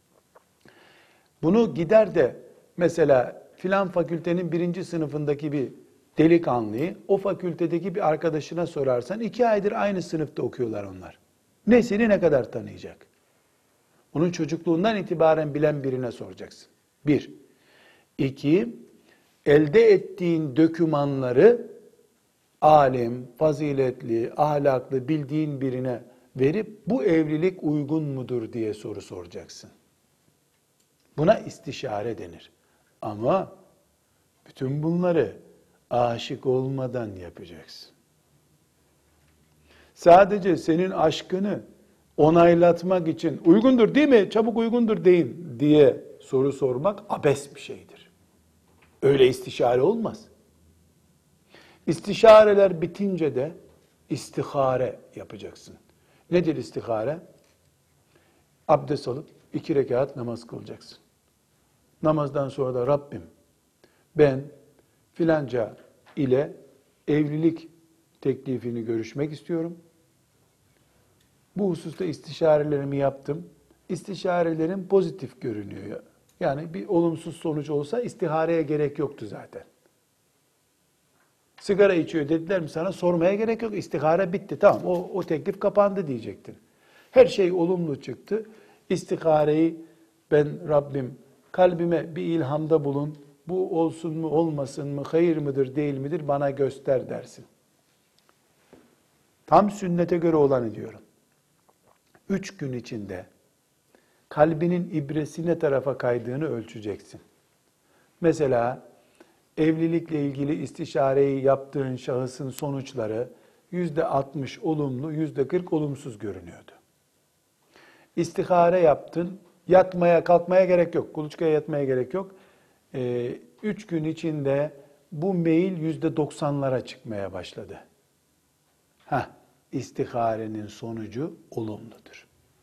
Bunu gider de mesela filan fakültenin 1. sınıfındaki bir delikanlıyı o fakültedeki bir arkadaşına sorarsan 2 aydır aynı sınıfta okuyorlar onlar. Ne seni ne kadar tanıyacak? Onun çocukluğundan itibaren bilen birine soracaksın. 1. 2. Elde ettiğin dokümanları alim, faziletli, ahlaklı bildiğin birine verip bu evlilik uygun mudur diye soru soracaksın. Buna istişare denir. Ama bütün bunları aşık olmadan yapacaksın. Sadece senin aşkını onaylatmak için uygundur değil mi? Çabuk uygundur deyin diye soru sormak abes bir şeydir. Öyle istişare olmaz. İstişareler bitince de istihare yapacaksın. Nedir istihare? Abdest alıp 2 rekat namaz kılacaksın. Namazdan sonra da Rabbim ben filanca ile evlilik teklifini görüşmek istiyorum. Bu hususta istişarelerimi yaptım. İstişarelerim pozitif görünüyor. Yani bir olumsuz sonuç olsa istihareye gerek yoktu zaten. Sigara içiyor dediler mi sana sormaya gerek yok. İstihare bitti tamam o teklif kapandı diyecektin. Her şey olumlu çıktı. İstihareyi ben Rabbim kalbime bir ilhamda bulun. Bu olsun mu olmasın mı hayır mıdır değil midir bana göster dersin. Tam sünnete göre olanı diyorum. 3 gün içinde kalbinin ibresi ne tarafa kaydığını ölçeceksin. Mesela evlilikle ilgili istişareyi yaptığın şahısın sonuçları %60 olumlu, %40 olumsuz görünüyordu. İstihare yaptın, Yatmaya, kalkmaya gerek yok. Kuluçkaya yatmaya gerek yok. 3 gün içinde bu meyil %90'lara çıkmaya başladı. İstiharenin sonucu olumludur.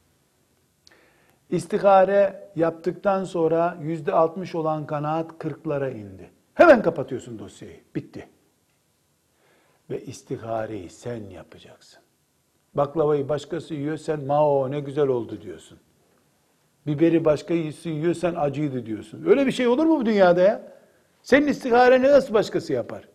İstihare yaptıktan sonra %60 olan kanaat 40'lara indi. Hemen kapatıyorsun dosyayı. Bitti. Ve istihareyi sen yapacaksın. Baklavayı başkası yiyor, sen mao ne güzel oldu diyorsun. Biberi başkası yiyor, sen acıydı diyorsun. Öyle bir şey olur mu bu dünyada ya? Senin istihareni nasıl başkası yapar?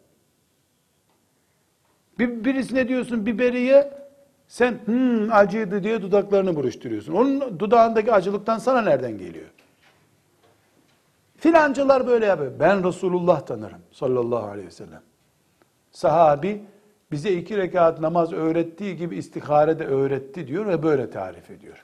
Birisine diyorsun biberi ye, sen acıydı diye dudaklarını buruşturuyorsun. Onun dudağındaki acılıktan sana nereden geliyor? Filancılar böyle yapıyor. Ben Resulullah tanırım sallallahu aleyhi ve sellem. Sahabi bize 2 rekat namaz öğrettiği gibi istihare de öğretti diyor ve böyle tarif ediyor.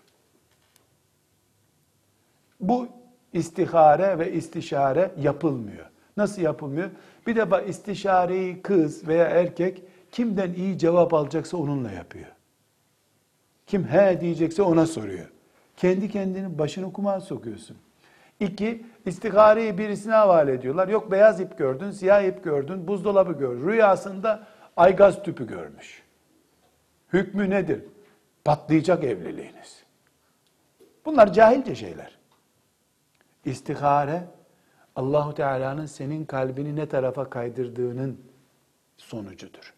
Bu istihare ve istişare yapılmıyor. Nasıl yapılmıyor? Bir de istişareyi kız veya erkek kimden iyi cevap alacaksa onunla yapıyor. Kim he diyecekse ona soruyor. Kendi kendinin başını kumar sokuyorsun. 2, istihareyi birisine havale ediyorlar. Yok beyaz ip gördün, siyah ip gördün, buzdolabı gördün. Rüyasında aygaz tüpü görmüş. Hükmü nedir? Patlayacak evliliğiniz. Bunlar cahilce şeyler. İstihare, Allahu Teala'nın senin kalbini ne tarafa kaydırdığının sonucudur.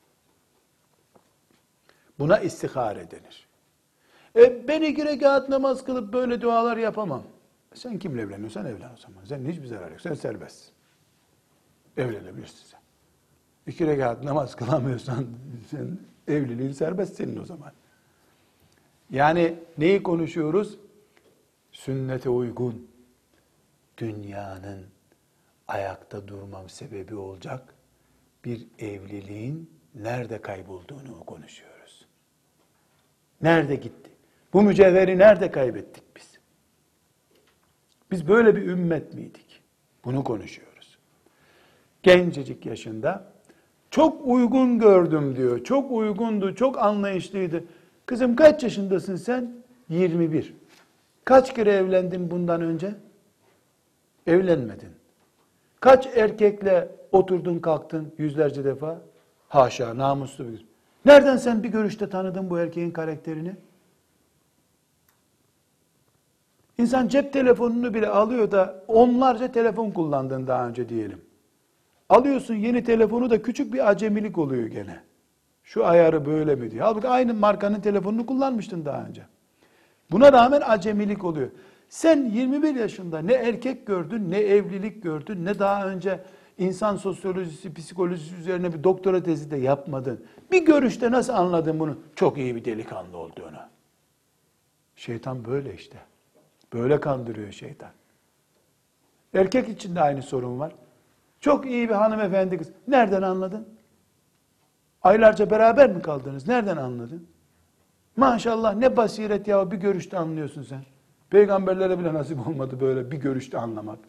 Buna istihare denir. Ben 2 rekat namaz kılıp böyle dualar yapamam. Sen kimle evleniyorsan evlen o zaman. Senin hiçbir zarar yok. Sen serbestsin. Evlenebilirsin sen. 2 rekat namaz kılamıyorsan sen evliliğin serbest senin o zaman. Yani neyi konuşuyoruz? Sünnete uygun, dünyanın ayakta durmam sebebi olacak bir evliliğin nerede kaybolduğunu konuşuyoruz. Nerede gitti? Bu mücevheri nerede kaybettik biz? Biz böyle bir ümmet miydik? Bunu konuşuyoruz. Gencecik yaşında çok uygun gördüm diyor. Çok uygundu, çok anlayışlıydı. Kızım kaç yaşındasın sen? 21. Kaç kere evlendin bundan önce? Evlenmedin. Kaç erkekle oturdun kalktın yüzlerce defa? Haşa, namuslu bir. Nereden sen bir görüşte tanıdın bu erkeğin karakterini? İnsan cep telefonunu bile alıyor da onlarca telefon kullandın daha önce diyelim. Alıyorsun yeni telefonu da küçük bir acemilik oluyor gene. Şu ayarı böyle mi diye. Halbuki aynı markanın telefonunu kullanmıştın daha önce. Buna rağmen acemilik oluyor. Sen 21 yaşında ne erkek gördün, ne evlilik gördün, ne daha önce insan sosyolojisi, psikolojisi üzerine bir doktora tezi de yapmadın. Bir görüşte nasıl anladın bunu? Çok iyi bir delikanlı olduğunu. Şeytan böyle işte. Böyle kandırıyor şeytan. Erkek için de aynı sorun var. Çok iyi bir hanımefendi kız. Nereden anladın? Aylarca beraber mi kaldınız? Nereden anladın? Maşallah ne basiret ya, bir görüşte anlıyorsun sen. Peygamberlere bile nasip olmadı böyle bir görüşte anlamak.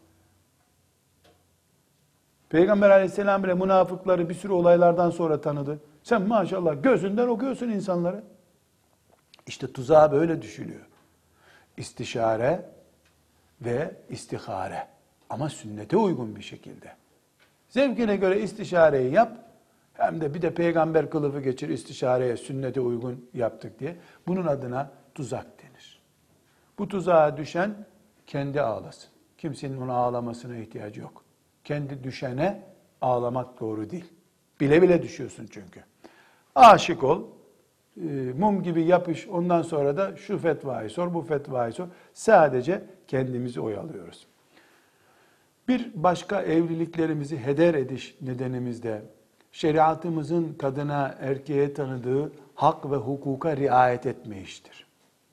Peygamber aleyhisselam bile münafıkları bir sürü olaylardan sonra tanıdı. Sen maşallah gözünden okuyorsun insanları. İşte tuzağa böyle düşülüyor. İstişare ve istihare. Ama sünnete uygun bir şekilde. Zevkine göre istişareyi yap. Hem de bir de peygamber kılıfı geçir istişareye, sünnete uygun yaptık diye. Bunun adına tuzak denir. Bu tuzağa düşen kendi ağlasın. Kimsenin ona ağlamasına ihtiyacı yok. Kendi düşene ağlamak doğru değil. Bile bile düşüyorsun çünkü. Aşık ol, mum gibi yapış, ondan sonra da şu fetvayı sor, bu fetvayı sor. Sadece kendimizi oyalıyoruz. Bir başka evliliklerimizi heder ediş nedenimiz de şeriatımızın kadına, erkeğe tanıdığı hak ve hukuka riayet etmeyiştir.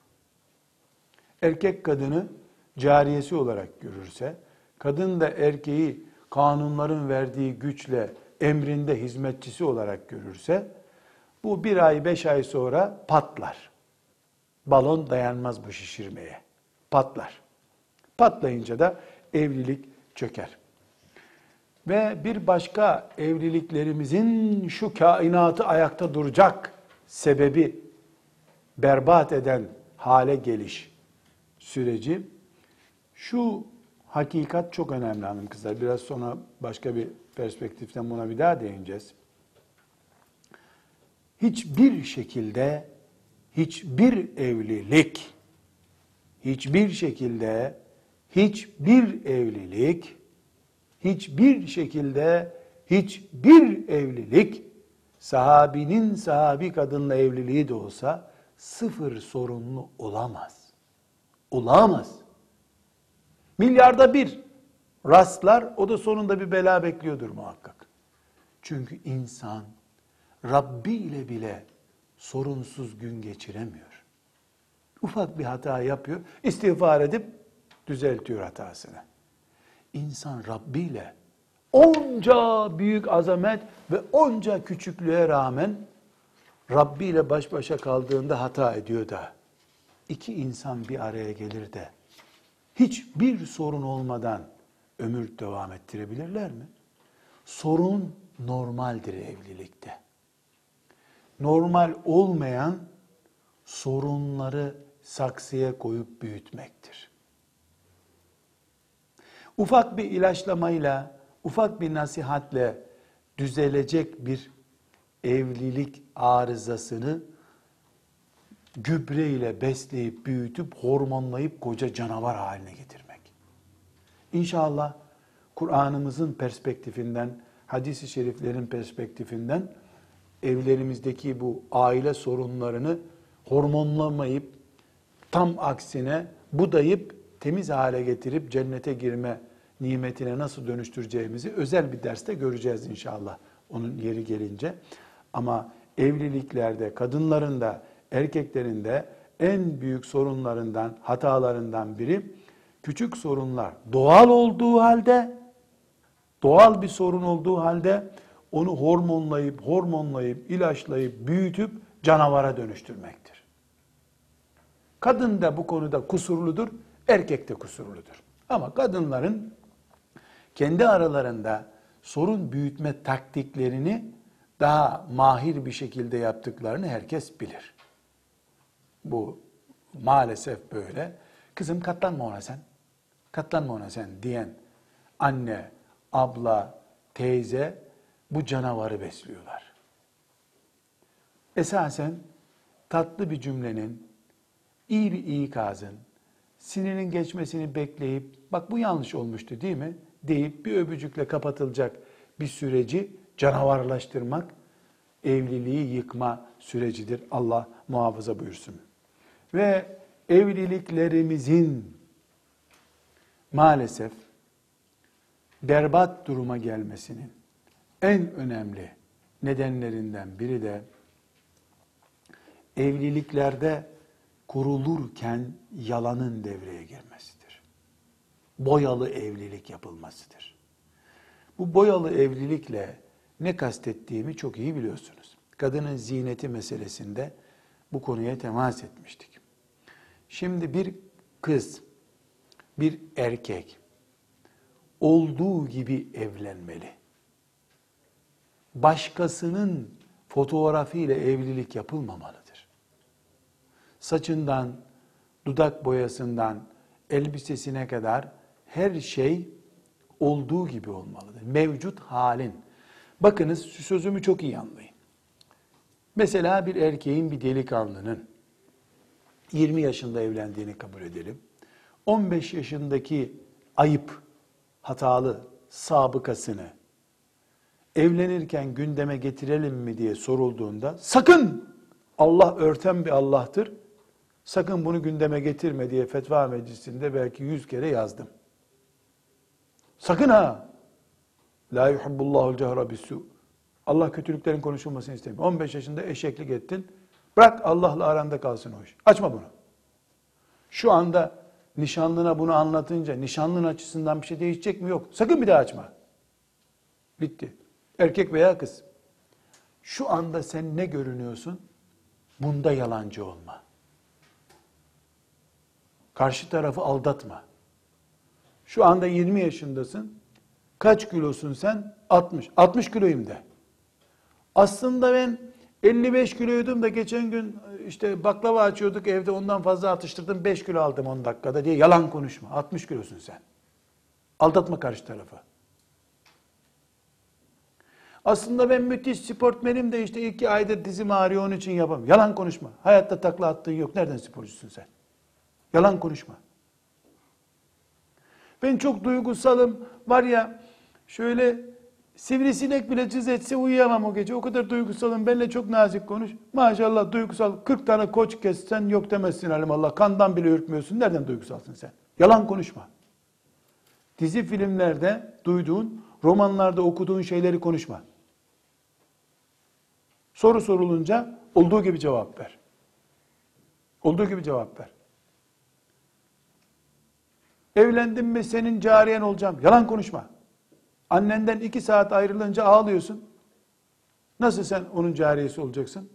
Erkek kadını cariyesi olarak görürse, kadın da erkeği kanunların verdiği güçle emrinde hizmetçisi olarak görürse, bu 1 ay 5 ay sonra patlar. Balon dayanmaz bu şişirmeye. Patlar. Patlayınca da evlilik çöker. Ve bir başka evliliklerimizin şu kainatı ayakta duracak sebebi berbat eden hale geliş süreci, Şu hakikat çok önemli hanım kızlar. Biraz sonra başka bir perspektiften buna bir daha değineceğiz. Hiçbir şekilde hiçbir evlilik, hiçbir şekilde hiçbir evlilik, hiçbir şekilde hiçbir evlilik, sahabinin sahabi kadınla evliliği de olsa sıfır sorunlu olamaz. Olamaz. Milyarda bir rastlar, o da sonunda bir bela bekliyordur muhakkak. Çünkü insan Rabbi ile bile sorunsuz gün geçiremiyor. Ufak bir hata yapıyor, istiğfar edip düzeltiyor hatasını. İnsan Rabbi ile onca büyük azamet ve onca küçüklüğe rağmen Rabbi ile baş başa kaldığında hata ediyor da iki insan bir araya gelir de hiçbir sorun olmadan ömür devam ettirebilirler mi? Sorun normaldir evlilikte. Normal olmayan sorunları saksıya koyup büyütmektir. Ufak bir ilaçlamayla, ufak bir nasihatle düzelecek bir evlilik arızasını gübreyle besleyip, büyütüp, hormonlayıp koca canavar haline getirmek. İnşallah Kur'an'ımızın perspektifinden, hadis-i şeriflerin perspektifinden evlerimizdeki bu aile sorunlarını hormonlamayıp, tam aksine budayıp, temiz hale getirip cennete girme nimetine nasıl dönüştüreceğimizi özel bir derste göreceğiz inşallah onun yeri gelince. Ama evliliklerde, kadınların da, erkeklerin de en büyük sorunlarından, hatalarından biri küçük sorunlar. Doğal olduğu halde, doğal bir sorun olduğu halde onu hormonlayıp, ilaçlayıp, büyütüp canavara dönüştürmektir. Kadın da bu konuda kusurludur, erkek de kusurludur. Ama kadınların kendi aralarında sorun büyütme taktiklerini daha mahir bir şekilde yaptıklarını herkes bilir. Bu maalesef böyle. Kızım katlanma ona sen, katlanma ona sen diyen anne, abla, teyze bu canavarı besliyorlar. Esasen tatlı bir cümlenin, iyi bir ikazın, sinirinin geçmesini bekleyip, bak bu yanlış olmuştu değil mi? Deyip bir öpücükle kapatılacak bir süreci canavarlaştırmak, evliliği yıkma sürecidir. Allah muhafaza buyursun. Ve evliliklerimizin maalesef berbat duruma gelmesinin en önemli nedenlerinden biri de evliliklerde kurulurken yalanın devreye girmesidir. Boyalı evlilik yapılmasıdır. Bu boyalı evlilikle ne kastettiğimi çok iyi biliyorsunuz. Kadının ziyneti meselesinde bu konuya temas etmiştik. Şimdi bir kız, bir erkek olduğu gibi evlenmeli. Başkasının fotoğrafıyla evlilik yapılmamalıdır. Saçından, dudak boyasından, elbisesine kadar her şey olduğu gibi olmalıdır. Mevcut halin. Bakınız şu sözümü çok iyi anlayın. Mesela bir erkeğin, bir delikanlının 20 yaşında evlendiğini kabul edelim. 15 yaşındaki ayıp, hatalı sabıkasını evlenirken gündeme getirelim mi diye sorulduğunda sakın, Allah örten bir Allah'tır, sakın bunu gündeme getirme diye fetva meclisinde belki 100 kere yazdım. Sakın ha! La yuhibbullahul cehra bissu. Allah kötülüklerin konuşulmasını istemiyor. 15 yaşında eşeklik ettin. Bırak Allah'la aranda kalsın o iş. Açma bunu. Şu anda nişanlına bunu anlatınca nişanlın açısından bir şey değişecek mi? Yok. Sakın bir daha açma. Bitti. Erkek veya kız. Şu anda sen ne görünüyorsun? Bunda yalancı olma. Karşı tarafı aldatma. Şu anda 20 yaşındasın. Kaç kilosun sen? 60. 60 kiloyum de. Aslında ben 55 kiloydum da geçen gün işte baklava açıyorduk evde, ondan fazla atıştırdım, 5 kilo aldım 10 dakikada diye yalan konuşma. 60 kilosun sen. Aldatma karşı tarafı. Aslında ben müthiş sportmenim de işte 2 aydır dizim ağrıyor, onun için yapamıyorum. Yalan konuşma. Hayatta takla attığın yok. Nereden sporcusun sen? Yalan konuşma. Ben çok duygusalım. Var ya, şöyle sivrisinek bile cız etse uyuyamam o gece. O kadar duygusalım. Benimle çok nazik konuş. Maşallah duygusal. 40 tane koç kessen yok demezsin alimallah. Kandan bile ürkmüyorsun. Nereden duygusalsın sen? Yalan konuşma. Dizi filmlerde duyduğun, romanlarda okuduğun şeyleri konuşma. Soru sorulunca olduğu gibi cevap ver. Olduğu gibi cevap ver. Evlendim mi senin cariyen olacağım. Yalan konuşma. Annenden 2 saat ayrılınca ağlıyorsun. Nasıl sen onun cariyesi olacaksın?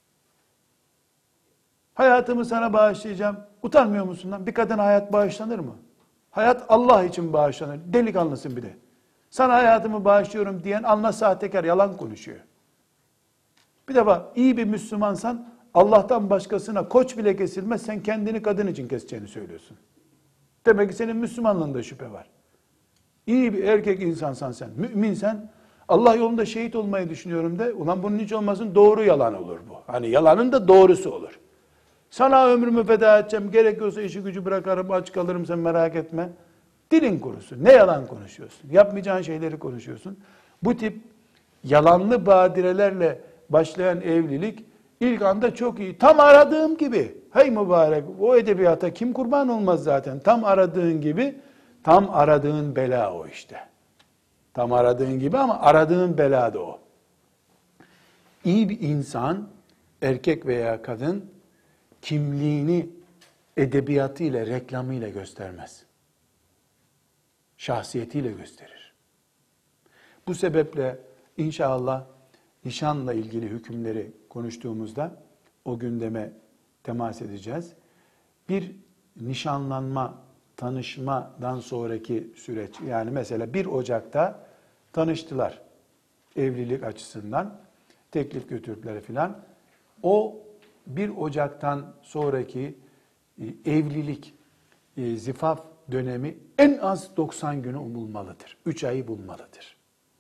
Hayatımı sana bağışlayacağım. Utanmıyor musun lan? Bir kadına hayat bağışlanır mı? Hayat Allah için bağışlanır. Delikanlısın bir de. Sana hayatımı bağışlıyorum diyen Allah sahtekar, yalan konuşuyor. Bir defa iyi bir Müslümansan Allah'tan başkasına koç bile kesilmez, sen kendini kadın için keseceğini söylüyorsun. Demek ki senin Müslümanlığında şüphe var. İyi bir erkek insansan sen, müminsen, Allah yolunda şehit olmayı düşünüyorum de, ulan bunun hiç olmasın doğru yalan olur bu. Hani yalanın da doğrusu olur. Sana ömrümü feda edeceğim, gerekiyorsa işi gücü bırakırım, aç kalırım, sen merak etme. Dilin kurusun. Ne yalan konuşuyorsun? Yapmayacağın şeyleri konuşuyorsun. Bu tip yalanlı badirelerle başlayan evlilik ilk anda çok iyi. Tam aradığım gibi. Hey mübarek, o edebiyata kim kurban olmaz zaten. Tam aradığın gibi, tam aradığın bela o işte. Tam aradığın gibi ama aradığın bela da o. İyi bir insan, erkek veya kadın, kimliğini edebiyatıyla, reklamıyla göstermez. Şahsiyetiyle gösterir. Bu sebeple inşallah nişanla ilgili hükümleri konuştuğumuzda o gündeme temas edeceğiz. Bir nişanlanma, tanışmadan sonraki süreç, yani mesela 1 Ocak'ta tanıştılar evlilik açısından, teklif götürdüler filan. O 1 Ocak'tan sonraki evlilik, zifaf dönemi en az 90 günü umulmalıdır. 3 ayı bulmalıdır.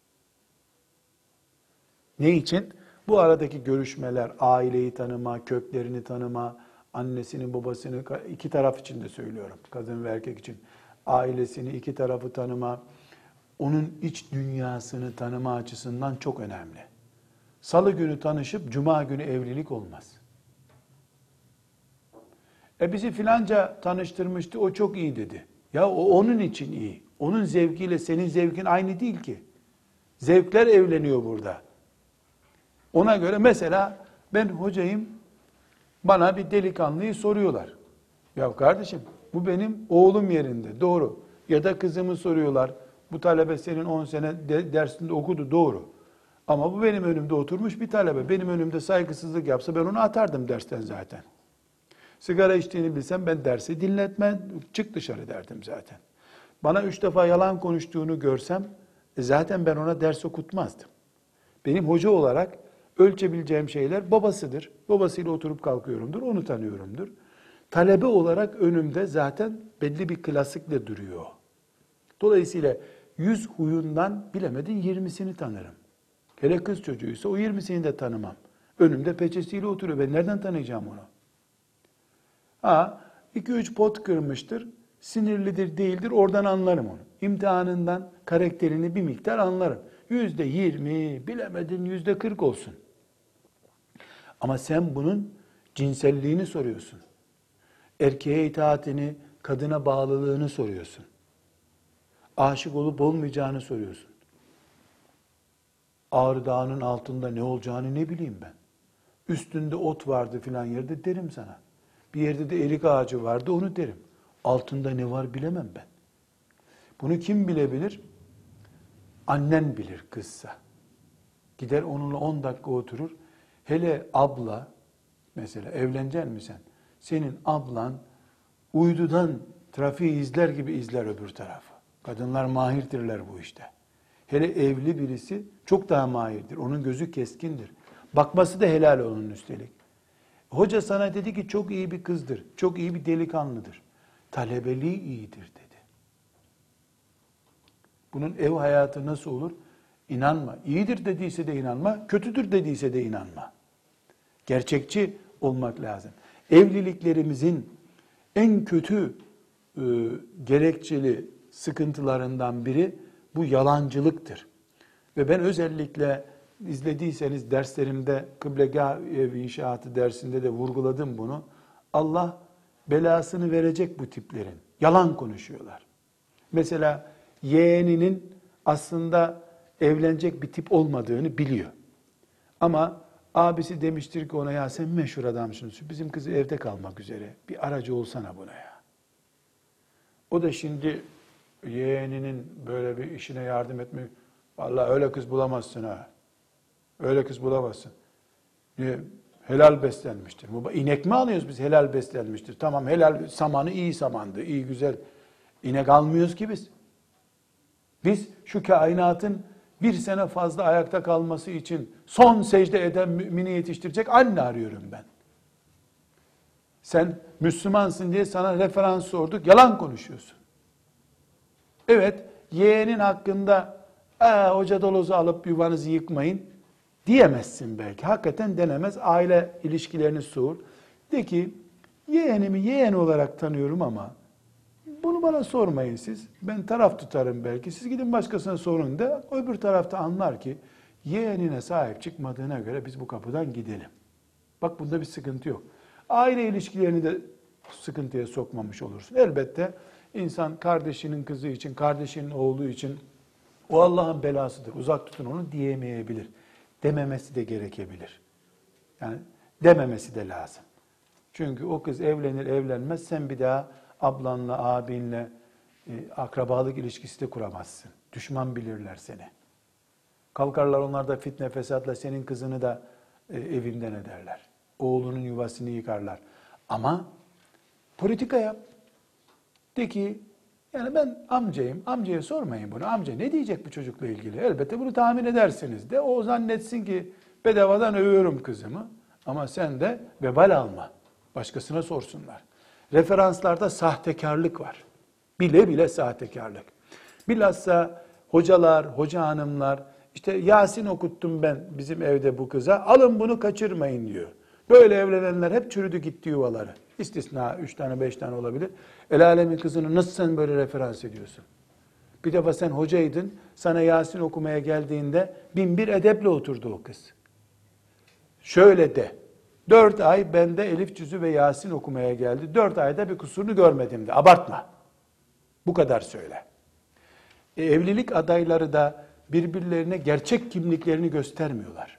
Ne için? Bu aradaki görüşmeler, aileyi tanıma, köklerini tanıma, annesini, babasını, 2 taraf için de söylüyorum, kadın ve erkek için. Ailesini, 2 tarafı tanıma, onun iç dünyasını tanıma açısından çok önemli. Salı günü tanışıp Cuma günü evlilik olmaz. Bizi filanca tanıştırmıştı, o çok iyi dedi. Ya o onun için iyi. Onun zevkiyle senin zevkin aynı değil ki. Zevkler evleniyor burada. Ona göre mesela ben hocayım, bana bir delikanlıyı soruyorlar. Ya kardeşim, bu benim oğlum yerinde, doğru. Ya da kızımı soruyorlar. Bu talebe senin 10 sene dersinde okudu, doğru. Ama bu benim önümde oturmuş bir talebe. Benim önümde saygısızlık yapsa ben onu atardım dersten zaten. Sigara içtiğini bilsem ben dersi dinletmem, çık dışarı derdim zaten. Bana 3 defa yalan konuştuğunu görsem zaten ben ona ders okutmazdım. Benim hoca olarak ölçebileceğim şeyler babasıdır. Babasıyla oturup kalkıyorumdur, onu tanıyorumdur. Talebe olarak önümde zaten belli bir klasikle duruyor. Dolayısıyla 100 huyundan bilemedin 20'sini tanırım. Hele kız çocuğuysa o 20'sini de tanımam. Önümde peçesiyle oturuyor. Ben nereden tanıyacağım onu? 2-3 pot kırmıştır, sinirlidir değildir, oradan anlarım onu. İmtihanından karakterini bir miktar anlarım. %20, bilemedin %40 olsun. Ama sen bunun cinselliğini soruyorsun. Erkeğe itaatini, kadına bağlılığını soruyorsun. Aşık olup olmayacağını soruyorsun. Ağrı Dağı'nın altında ne olacağını ne bileyim ben. Üstünde ot vardı filan yerde derim sana. Bir yerde de erik ağacı vardı, onu derim. Altında ne var bilemem ben. Bunu kim bilebilir? Annen bilir kızsa. Gider onunla 10 dakika oturur. Hele abla, mesela evleneceksin mi sen? Senin ablan uydudan trafiği izler gibi izler öbür tarafı. Kadınlar mahirdirler bu işte. Hele evli birisi çok daha mahirdir. Onun gözü keskindir. Bakması da helal onun üstelik. Hoca sana dedi ki çok iyi bir kızdır, çok iyi bir delikanlıdır. Talebeliği iyidir dedi. Bunun ev hayatı nasıl olur? İnanma. İyidir dediyse de inanma, kötüdür dediyse de inanma. Gerçekçi olmak lazım. Evliliklerimizin en kötü gerekçeli sıkıntılarından biri bu yalancılıktır. Ve ben özellikle izlediyseniz derslerimde kıblegâh ev inşaatı dersinde de vurguladım bunu. Allah belasını verecek bu tiplerin. Yalan konuşuyorlar. Mesela yeğeninin aslında evlenecek bir tip olmadığını biliyor. Ama abisi demiştir ki ona ya sen meşhur adamsın. Bizim kızı evde kalmak üzere. Bir aracı olsana buna ya. O da şimdi yeğeninin böyle bir işine yardım etmek. Vallahi öyle kız bulamazsın ha. Öyle kız bulamazsın. Niye? Helal beslenmiştir. İnek mi alıyoruz biz helal beslenmiştir? Tamam helal samanı iyi samandı. İyi güzel. İnek almıyoruz ki biz. Biz şu kainatın bir sene fazla ayakta kalması için son secde eden mümini yetiştirecek anne arıyorum ben. Sen Müslümansın diye sana referans sorduk. Yalan konuşuyorsun. Evet, yeğenin hakkında hoca dolusu alıp yuvanızı yıkmayın diyemezsin belki. Hakikaten denemez. Aile ilişkilerini soğur. De ki yeğenimi yeğen olarak tanıyorum ama bunu bana sormayın siz. Ben taraf tutarım belki. Siz gidin başkasına sorun da öbür tarafta anlar ki yeğenine sahip çıkmadığına göre biz bu kapıdan gidelim. Bak bunda bir sıkıntı yok. Aile ilişkilerini de sıkıntıya sokmamış olursun. Elbette insan kardeşinin kızı için, kardeşinin oğlu için o Allah'ın belasıdır, uzak tutun onu diyemeyebilir. Dememesi de gerekebilir. Yani dememesi de lazım. Çünkü o kız evlenir evlenmez sen bir daha ablanla, abinle akrabalık ilişkisi de kuramazsın. Düşman bilirler seni. Kalkarlar onlar da fitne fesatla senin kızını da evinden ederler. Oğlunun yuvasını yıkarlar. Ama politika yap. De ki yani ben amcayım, amcaya sormayın bunu. Amca ne diyecek bu çocukla ilgili? Elbette bunu tahmin edersiniz de. O zannetsin ki bedavadan övüyorum kızımı. Ama sen de vebal alma. Başkasına sorsunlar. Referanslarda sahtekarlık var. Bile bile sahtekarlık. Bilhassa hocalar, hoca hanımlar, işte Yasin okuttum ben bizim evde bu kıza, alın bunu kaçırmayın diyor. Böyle evlenenler hep çürüdü gitti yuvaları. İstisna 3 tane 5 tane olabilir. El alemin kızını nasıl sen böyle referans ediyorsun? Bir defa sen hocaydın, sana Yasin okumaya geldiğinde 1001 edeple oturdu o kız. Şöyle de, 4 ay bende Elif cüzü ve Yasin okumaya geldi. 4 ayda bir kusurunu görmedim de. Abartma. Bu kadar söyle. Evlilik adayları da birbirlerine gerçek kimliklerini göstermiyorlar.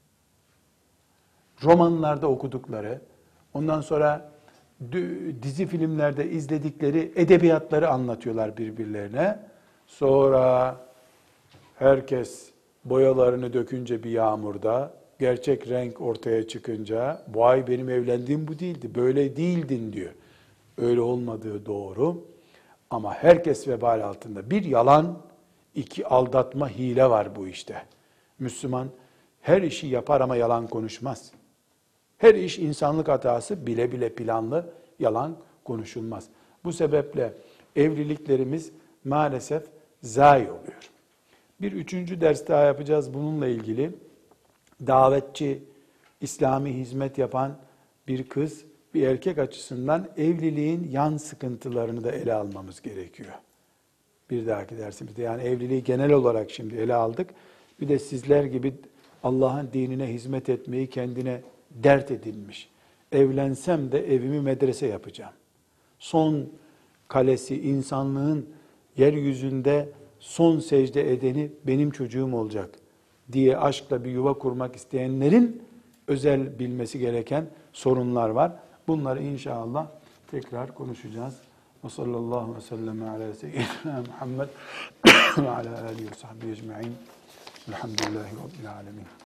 Romanlarda okudukları, ondan sonra dizi filmlerde izledikleri edebiyatları anlatıyorlar birbirlerine. Sonra herkes boyalarını dökünce bir yağmurda, gerçek renk ortaya çıkınca, vay benim evlendiğim bu değildi, böyle değildin diyor. Öyle olmadığı doğru. Ama herkes vebal altında. Bir yalan, 2 aldatma, hile var bu işte. Müslüman her işi yapar ama yalan konuşmaz. Her iş insanlık hatası, bile bile planlı, yalan konuşulmaz. Bu sebeple evliliklerimiz maalesef zayi oluyor. Bir 3. ders daha yapacağız bununla ilgili. Davetçi, İslami hizmet yapan bir kız, bir erkek açısından evliliğin yan sıkıntılarını da ele almamız gerekiyor. Bir dahaki dersimizde yani evliliği genel olarak şimdi ele aldık. Bir de sizler gibi Allah'ın dinine hizmet etmeyi kendine dert edinmiş. Evlensem de evimi medrese yapacağım. Son kalesi insanlığın yeryüzünde son secde edeni benim çocuğum olacak diye aşkla bir yuva kurmak isteyenlerin özel bilmesi gereken sorunlar var. Bunları inşallah tekrar konuşacağız. Ve sallallahu aleyhi ve sellem ala seyyidina Muhammed ve ala alihi ve sahbihi ecma'in. Elhamdülillahi Rabbil alemin.